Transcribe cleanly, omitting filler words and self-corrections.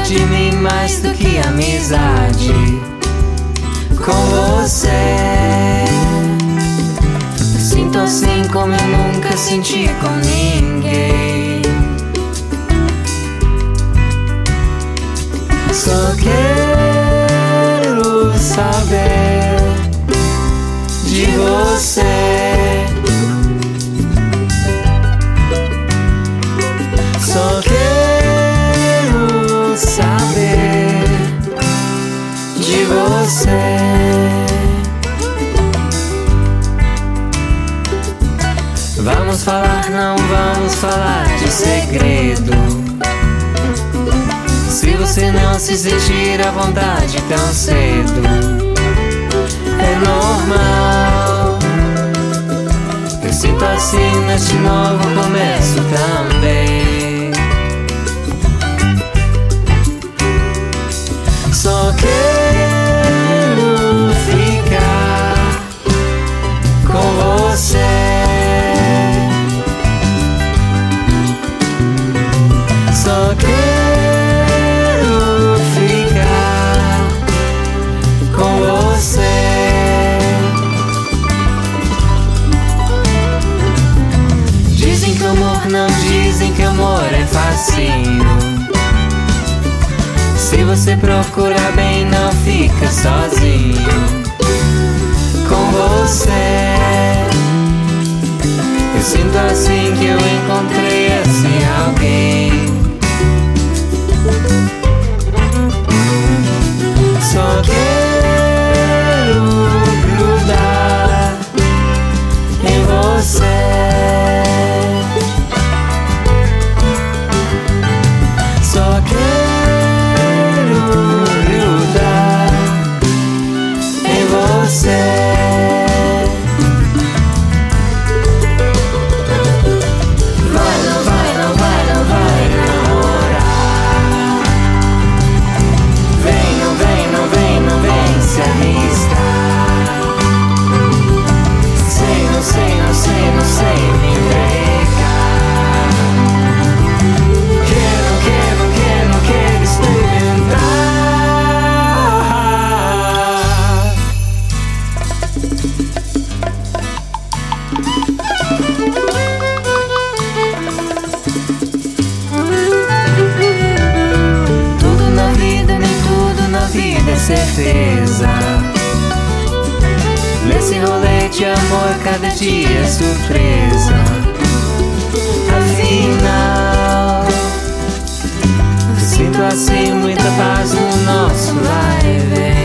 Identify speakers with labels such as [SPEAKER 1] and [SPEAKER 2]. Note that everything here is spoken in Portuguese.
[SPEAKER 1] de mim mais do que amizade com você. Me sinto assim como eu nunca senti com ninguém. Só quero saber de você. Só quero saber de você. Vamos falar, não vamos falar de segredo. Se você não se sentir à vontade tão cedo, é normal. Eu sinto assim neste novo começo também. Só quero ficar com você. Só quero ficar com você. Dizem que amor não dizem que amor é facinho. Se você procurar bem, não fica sozinho com você. Eu sinto assim que eu encontrei esse alguém. Só quero grudar em você. Só quero grudar em você. Vai, não vai, não vai, não vai namorar. Vem, não vem, não vem, não vem se arriscar. Sei, não sei, não sei, não sei me entregar. Quero, quero, quero, quero experimentar. Tudo na vida, nem tudo na vida é certeza. Nesse rolê de amor, cada dia é surpresa. Afinal, eu sinto assim muita paz no nosso vai e vem.